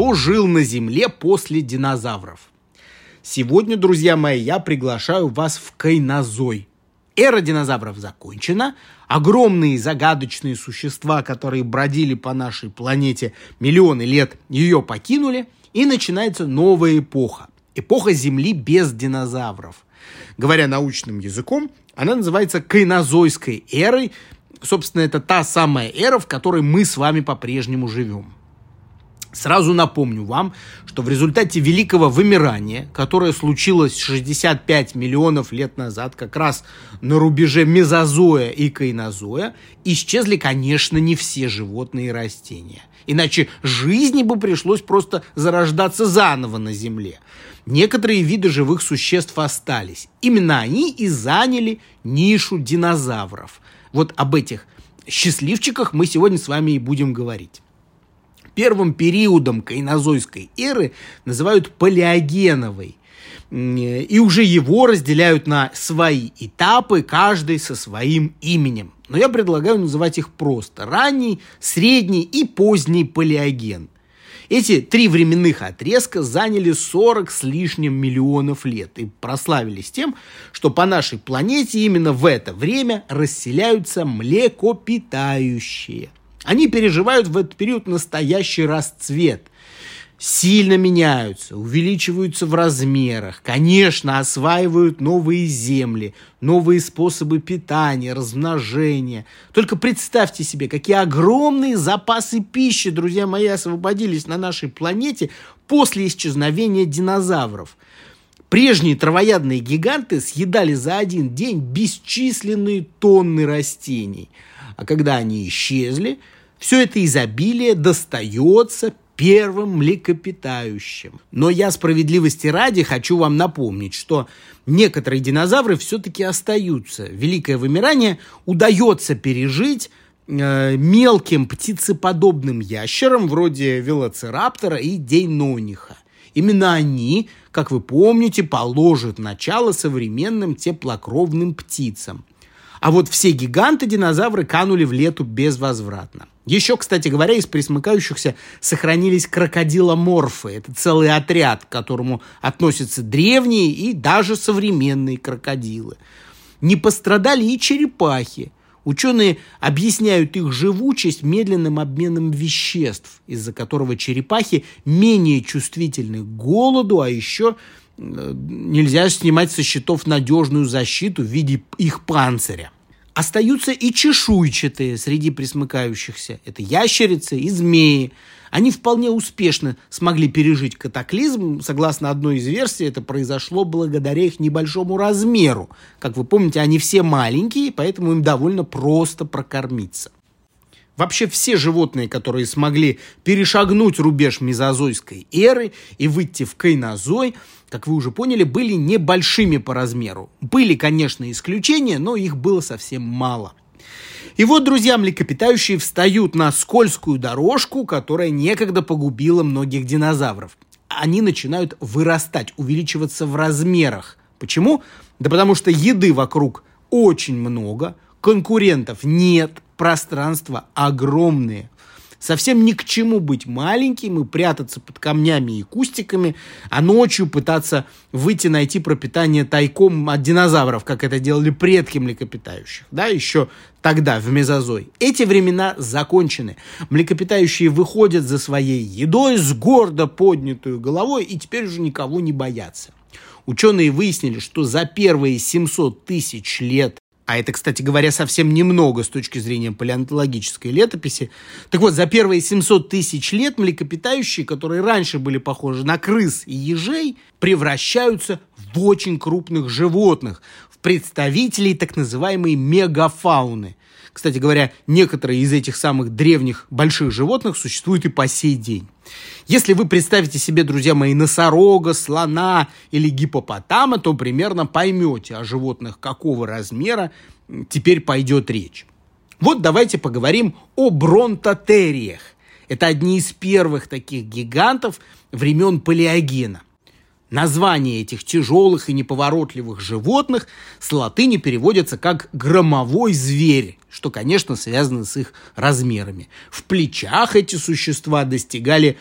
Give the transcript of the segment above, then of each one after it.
кто жил на Земле после динозавров. Сегодня, друзья мои, я приглашаю вас в Кайнозой. Эра динозавров закончена. Огромные загадочные существа, которые бродили по нашей планете миллионы лет, ее покинули. И начинается новая эпоха. Эпоха Земли без динозавров. Говоря научным языком, она называется Кайнозойской эрой. Собственно, это та самая эра, в которой мы с вами по-прежнему живем. Сразу напомню вам, что в результате великого вымирания, которое случилось 65 миллионов лет назад, как раз на рубеже мезозоя и кайнозоя, исчезли, конечно, не все животные и растения. Иначе жизни бы пришлось просто зарождаться заново на Земле. Некоторые виды живых существ остались. Именно они и заняли нишу динозавров. Вот об этих счастливчиках мы сегодня с вами и будем говорить. Первым периодом кайнозойской эры называют палеогеновой. И уже его разделяют на свои этапы, каждый со своим именем. Но я предлагаю называть их просто: ранний, средний и поздний палеоген. Эти три временных отрезка заняли 40 с лишним миллионов лет и прославились тем, что по нашей планете именно в это время расселяются млекопитающие. Они переживают в этот период настоящий расцвет. Сильно меняются, увеличиваются в размерах, конечно, осваивают новые земли, новые способы питания, размножения. Только представьте себе, какие огромные запасы пищи, друзья мои, освободились на нашей планете после исчезновения динозавров. Прежние травоядные гиганты съедали за один день бесчисленные тонны растений. А когда они исчезли, все это изобилие достается первым млекопитающим. Но я справедливости ради хочу вам напомнить, что некоторые динозавры все-таки остаются. Великое вымирание удается пережить мелким птицеподобным ящерам вроде велоцираптора и дейнониха. Именно они, как вы помните, положат начало современным теплокровным птицам. А вот все гиганты-динозавры канули в лету безвозвратно. Еще, кстати говоря, из пресмыкающихся сохранились крокодиломорфы. Это целый отряд, к которому относятся древние и даже современные крокодилы. Не пострадали и черепахи. Ученые объясняют их живучесть медленным обменом веществ, из-за которого черепахи менее чувствительны к голоду, а еще нельзя снимать со счетов надежную защиту в виде их панциря. Остаются и чешуйчатые среди пресмыкающихся. Это ящерицы и змеи. Они вполне успешно смогли пережить катаклизм. Согласно одной из версий, это произошло благодаря их небольшому размеру. Как вы помните, они все маленькие, поэтому им довольно просто прокормиться. Вообще все животные, которые смогли перешагнуть рубеж мезозойской эры и выйти в кайнозой, как вы уже поняли, были небольшими по размеру. Были, конечно, исключения, но их было совсем мало. И вот, друзья, млекопитающие встают на скользкую дорожку, которая некогда погубила многих динозавров. Они начинают вырастать, увеличиваться в размерах. Почему? Да потому что еды вокруг очень много, конкурентов нет, пространства огромные. Совсем ни к чему быть маленьким и прятаться под камнями и кустиками, а ночью пытаться найти пропитание тайком от динозавров, как это делали предки млекопитающих, да, еще тогда, в мезозой. Эти времена закончены. Млекопитающие выходят за своей едой с гордо поднятой головой и теперь уже никого не боятся. Ученые выяснили, что за первые 700 тысяч лет, а это, кстати говоря, совсем немного с точки зрения палеонтологической летописи. Так вот, за первые 700 тысяч лет млекопитающие, которые раньше были похожи на крыс и ежей, превращаются в очень крупных животных, в представителей так называемой мегафауны. Кстати говоря, некоторые из этих самых древних больших животных существуют и по сей день. Если вы представите себе, друзья мои, носорога, слона или гиппопотама, то примерно поймете, о животных какого размера теперь пойдет речь. Вот давайте поговорим о бронтотериях. Это одни из первых таких гигантов времен палеогена. Названия этих тяжелых и неповоротливых животных с латыни переводятся как «громовой зверь», что, конечно, связано с их размерами. В плечах эти существа достигали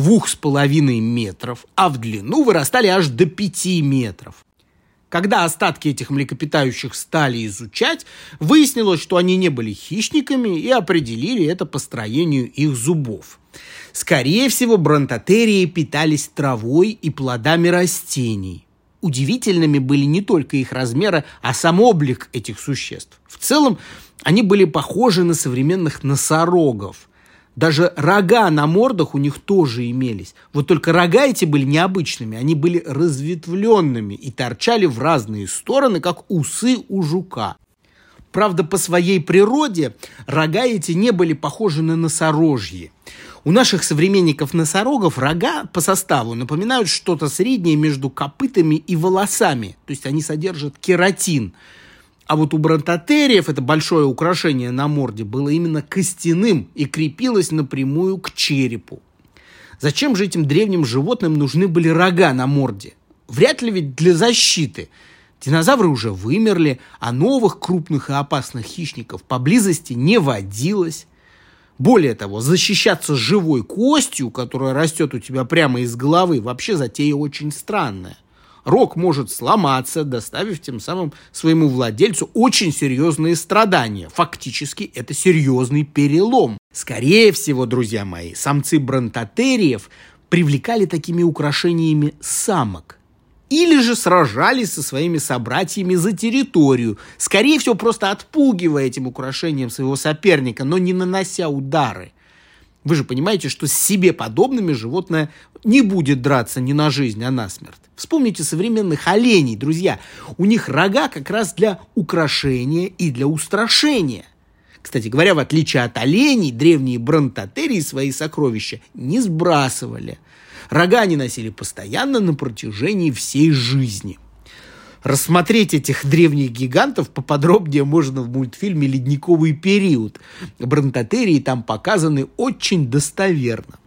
2,5 метров, а в длину вырастали аж до 5 метров. Когда остатки этих млекопитающих стали изучать, выяснилось, что они не были хищниками, и определили это по строению их зубов. Скорее всего, бронтотерии питались травой и плодами растений. Удивительными были не только их размеры, а сам облик этих существ. В целом, они были похожи на современных носорогов. Даже рога на мордах у них тоже имелись. Вот только рога эти были необычными, они были разветвленными и торчали в разные стороны, как усы у жука. Правда, по своей природе рога эти не были похожи на носорожьи. У наших современников-носорогов рога по составу напоминают что-то среднее между копытами и волосами, то есть они содержат кератин. А вот у бронтотериев это большое украшение на морде было именно костяным и крепилось напрямую к черепу. Зачем же этим древним животным нужны были рога на морде? Вряд ли ведь для защиты. Динозавры уже вымерли, а новых крупных и опасных хищников поблизости не водилось. Более того, защищаться живой костью, которая растет у тебя прямо из головы, вообще затея очень странная. Рог может сломаться, доставив тем самым своему владельцу очень серьезные страдания. Фактически это серьезный перелом. Скорее всего, друзья мои, самцы бронтотериев привлекали такими украшениями самок. Или же сражались со своими собратьями за территорию, скорее всего, просто отпугивая этим украшением своего соперника, но не нанося удары. Вы же понимаете, что с себе подобными животное не будет драться не на жизнь, а на смерть. Вспомните современных оленей, друзья. У них рога как раз для украшения и для устрашения. Кстати говоря, в отличие от оленей, древние бронтотерии свои сокровища не сбрасывали. Рога они носили постоянно на протяжении всей жизни. Рассмотреть этих древних гигантов поподробнее можно в мультфильме «Ледниковый период». Бронтотерии там показаны очень достоверно.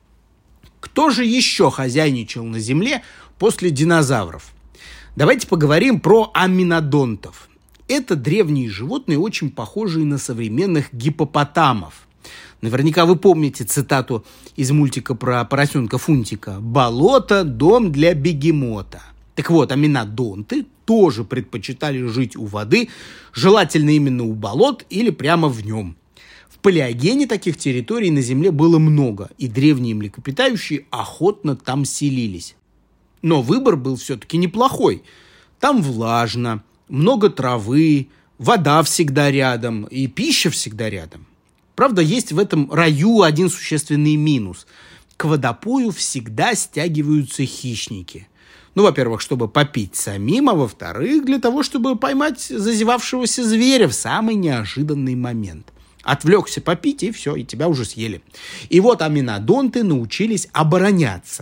Кто же еще хозяйничал на Земле после динозавров? Давайте поговорим про аминодонтов. Это древние животные, очень похожие на современных гиппопотамов. Наверняка вы помните цитату из мультика про поросенка Фунтика: «Болото – дом для бегемота». Так вот, аминодонты тоже предпочитали жить у воды, желательно именно у болот или прямо в нем. В палеогене таких территорий на Земле было много, и древние млекопитающие охотно там селились. Но выбор был все-таки неплохой. Там влажно, много травы, вода всегда рядом и пища всегда рядом. Правда, есть в этом раю один существенный минус. К водопою всегда стягиваются хищники. Ну, во-первых, чтобы попить самим, а во-вторых, для того, чтобы поймать зазевавшегося зверя в самый неожиданный момент. Отвлекся попить, и все, и тебя уже съели. И вот аминодонты научились обороняться.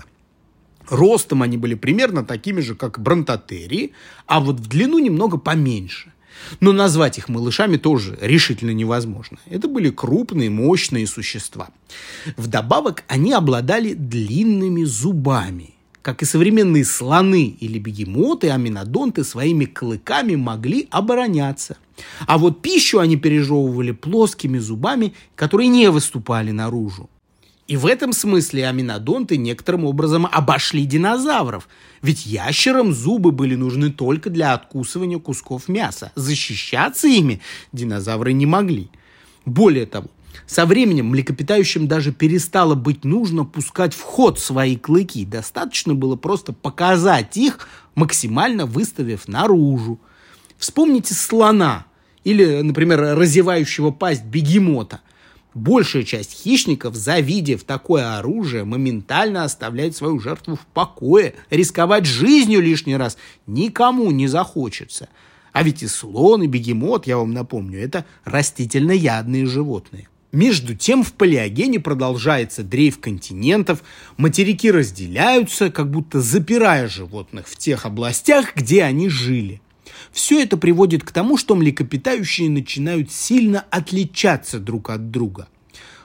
Ростом они были примерно такими же, как бронтотерии, а вот в длину немного поменьше. Но назвать их малышами тоже решительно невозможно. Это были крупные, мощные существа. Вдобавок они обладали длинными зубами. Как и современные слоны или бегемоты, аминодонты своими клыками могли обороняться. А вот пищу они пережевывали плоскими зубами, которые не выступали наружу. И в этом смысле аминодонты некоторым образом обошли динозавров. Ведь ящерам зубы были нужны только для откусывания кусков мяса. Защищаться ими динозавры не могли. Более того, со временем млекопитающим даже перестало быть нужно пускать в ход свои клыки. Достаточно было просто показать их, максимально выставив наружу. Вспомните слона или, например, разевающего пасть бегемота. Большая часть хищников, завидев такое оружие, моментально оставляет свою жертву в покое. Рисковать жизнью лишний раз никому не захочется. А ведь и слон, и бегемот, я вам напомню, это растительноядные животные. Между тем в палеогене продолжается дрейф континентов, материки разделяются, как будто запирая животных в тех областях, где они жили. Все это приводит к тому, что млекопитающие начинают сильно отличаться друг от друга.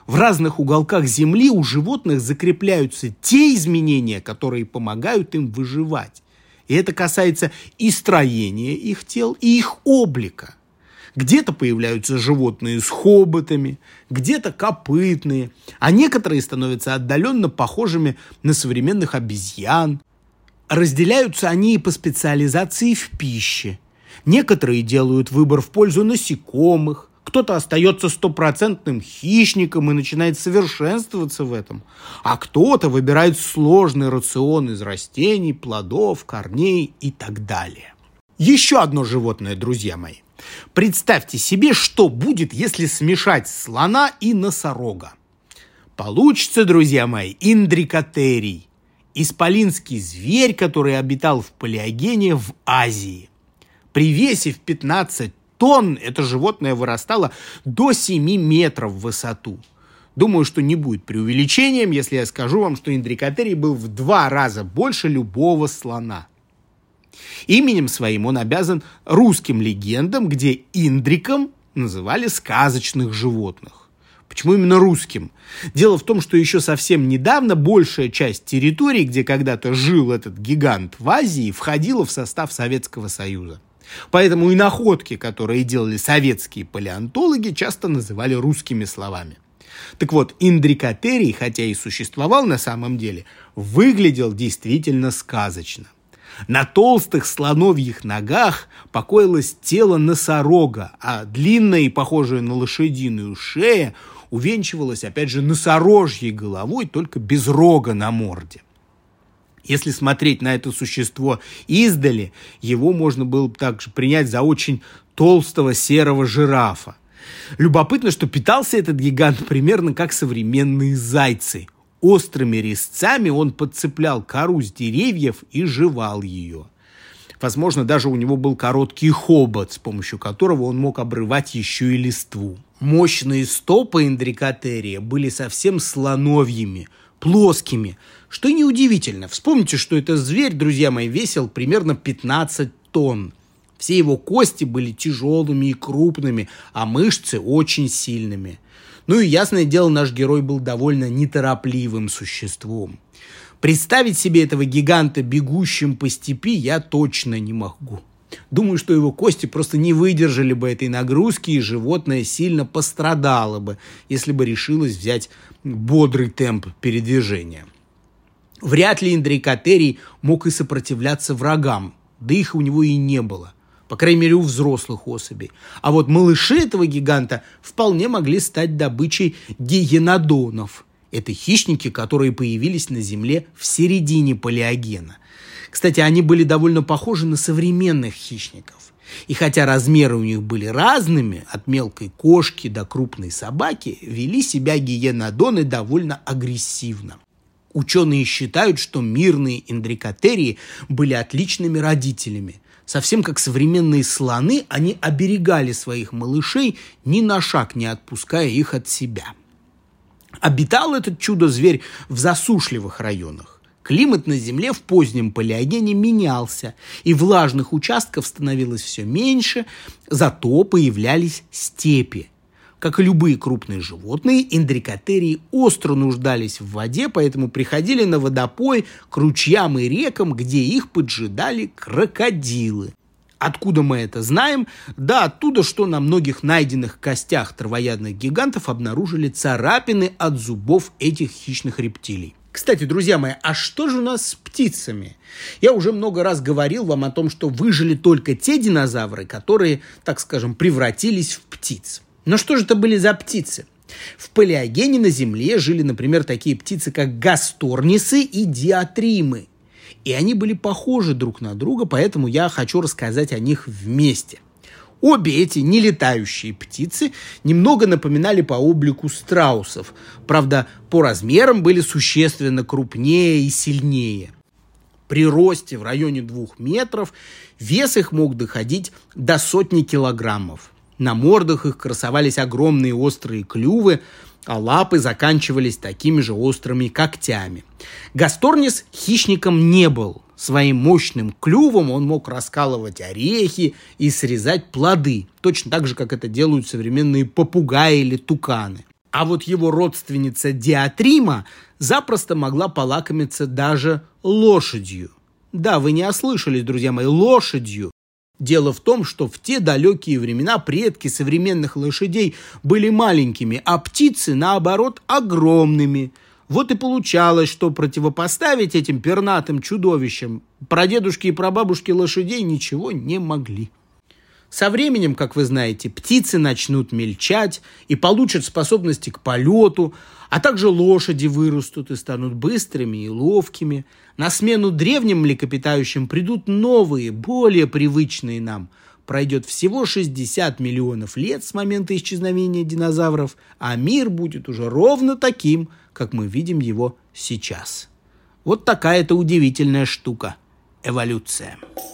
В разных уголках Земли у животных закрепляются те изменения, которые помогают им выживать. И это касается и строения их тел, и их облика. Где-то появляются животные с хоботами, где-то копытные, а некоторые становятся отдаленно похожими на современных обезьян. Разделяются они и по специализации в пище. Некоторые делают выбор в пользу насекомых, кто-то остается стопроцентным хищником и начинает совершенствоваться в этом, а кто-то выбирает сложный рацион из растений, плодов, корней и так далее. Еще одно животное, друзья мои. Представьте себе, что будет, если смешать слона и носорога. Получится, друзья мои, индрикотерий. Исполинский зверь, который обитал в Палеогене в Азии. При весе в 15 тонн это животное вырастало до 7 метров в высоту. Думаю, что не будет преувеличением, если я скажу вам, что индрикотерий был в 2 раза больше любого слона. Именем своим он обязан русским легендам, где индриком называли сказочных животных. Почему именно русским? Дело в том, что еще совсем недавно большая часть территории, где когда-то жил этот гигант в Азии, входила в состав Советского Союза. Поэтому и находки, которые делали советские палеонтологи, часто называли русскими словами. Так вот, индрикотерий, хотя и существовал на самом деле, выглядел действительно сказочно. На толстых слоновьих ногах покоилось тело носорога, а длинная и похожая на лошадиную шея увенчивалась, опять же, носорожьей головой, только без рога на морде. Если смотреть на это существо издали, его можно было бы также принять за очень толстого серого жирафа. Любопытно, что питался этот гигант примерно как современные зайцы. Острыми резцами он подцеплял кору с деревьев и жевал ее. Возможно, даже у него был короткий хобот, с помощью которого он мог обрывать еще и листву. Мощные стопы индрикотерия были совсем слоновьими, плоскими, что неудивительно. Вспомните, что этот зверь, друзья мои, весил примерно 15 тонн. Все его кости были тяжелыми и крупными, а мышцы очень сильными. Ну и, ясное дело, наш герой был довольно неторопливым существом. Представить себе этого гиганта бегущим по степи я точно не могу. Думаю, что его кости просто не выдержали бы этой нагрузки, и животное сильно пострадало бы, если бы решилось взять бодрый темп передвижения. Вряд ли индрикотерий мог и сопротивляться врагам, да их у него и не было. По крайней мере, у взрослых особей. А вот малыши этого гиганта вполне могли стать добычей гиенодонов. Это хищники, которые появились на Земле в середине Палеогена. Кстати, они были довольно похожи на современных хищников. И хотя размеры у них были разными, от мелкой кошки до крупной собаки, вели себя гиенодоны довольно агрессивно. Ученые считают, что мирные индрикотерии были отличными родителями. Совсем как современные слоны, они оберегали своих малышей, ни на шаг не отпуская их от себя. Обитал этот чудо-зверь в засушливых районах. Климат на Земле в позднем Палеогене менялся, и влажных участков становилось все меньше, зато появлялись степи. Как и любые крупные животные, индрикотерии остро нуждались в воде, поэтому приходили на водопой к ручьям и рекам, где их поджидали крокодилы. Откуда мы это знаем? Да оттуда, что на многих найденных костях травоядных гигантов обнаружили царапины от зубов этих хищных рептилий. Кстати, друзья мои, а что же у нас с птицами? Я уже много раз говорил вам о том, что выжили только те динозавры, которые, так скажем, превратились в птиц. Но что же это были за птицы? В Палеогене на Земле жили, например, такие птицы, как гасторнисы и диатримы. И они были похожи друг на друга, поэтому я хочу рассказать о них вместе. Обе эти нелетающие птицы немного напоминали по облику страусов. Правда, по размерам были существенно крупнее и сильнее. При росте в районе 2 метров вес их мог доходить до 100 килограммов. На мордах их красовались огромные острые клювы, а лапы заканчивались такими же острыми когтями. Гасторнис хищником не был. Своим мощным клювом он мог раскалывать орехи и срезать плоды, точно так же, как это делают современные попугаи или туканы. А вот его родственница Диатрима запросто могла полакомиться даже лошадью. Да, вы не ослышались, друзья мои, лошадью. Дело в том, что в те далекие времена предки современных лошадей были маленькими, а птицы, наоборот, огромными. Вот и получалось, что противопоставить этим пернатым чудовищам прадедушки и прабабушки лошадей ничего не могли. Со временем, как вы знаете, птицы начнут мельчать и получат способности к полету, а также лошади вырастут и станут быстрыми и ловкими. На смену древним млекопитающим придут новые, более привычные нам. Пройдет всего 60 миллионов лет с момента исчезновения динозавров, а мир будет уже ровно таким, как мы видим его сейчас. Вот такая-то удивительная штука – эволюция.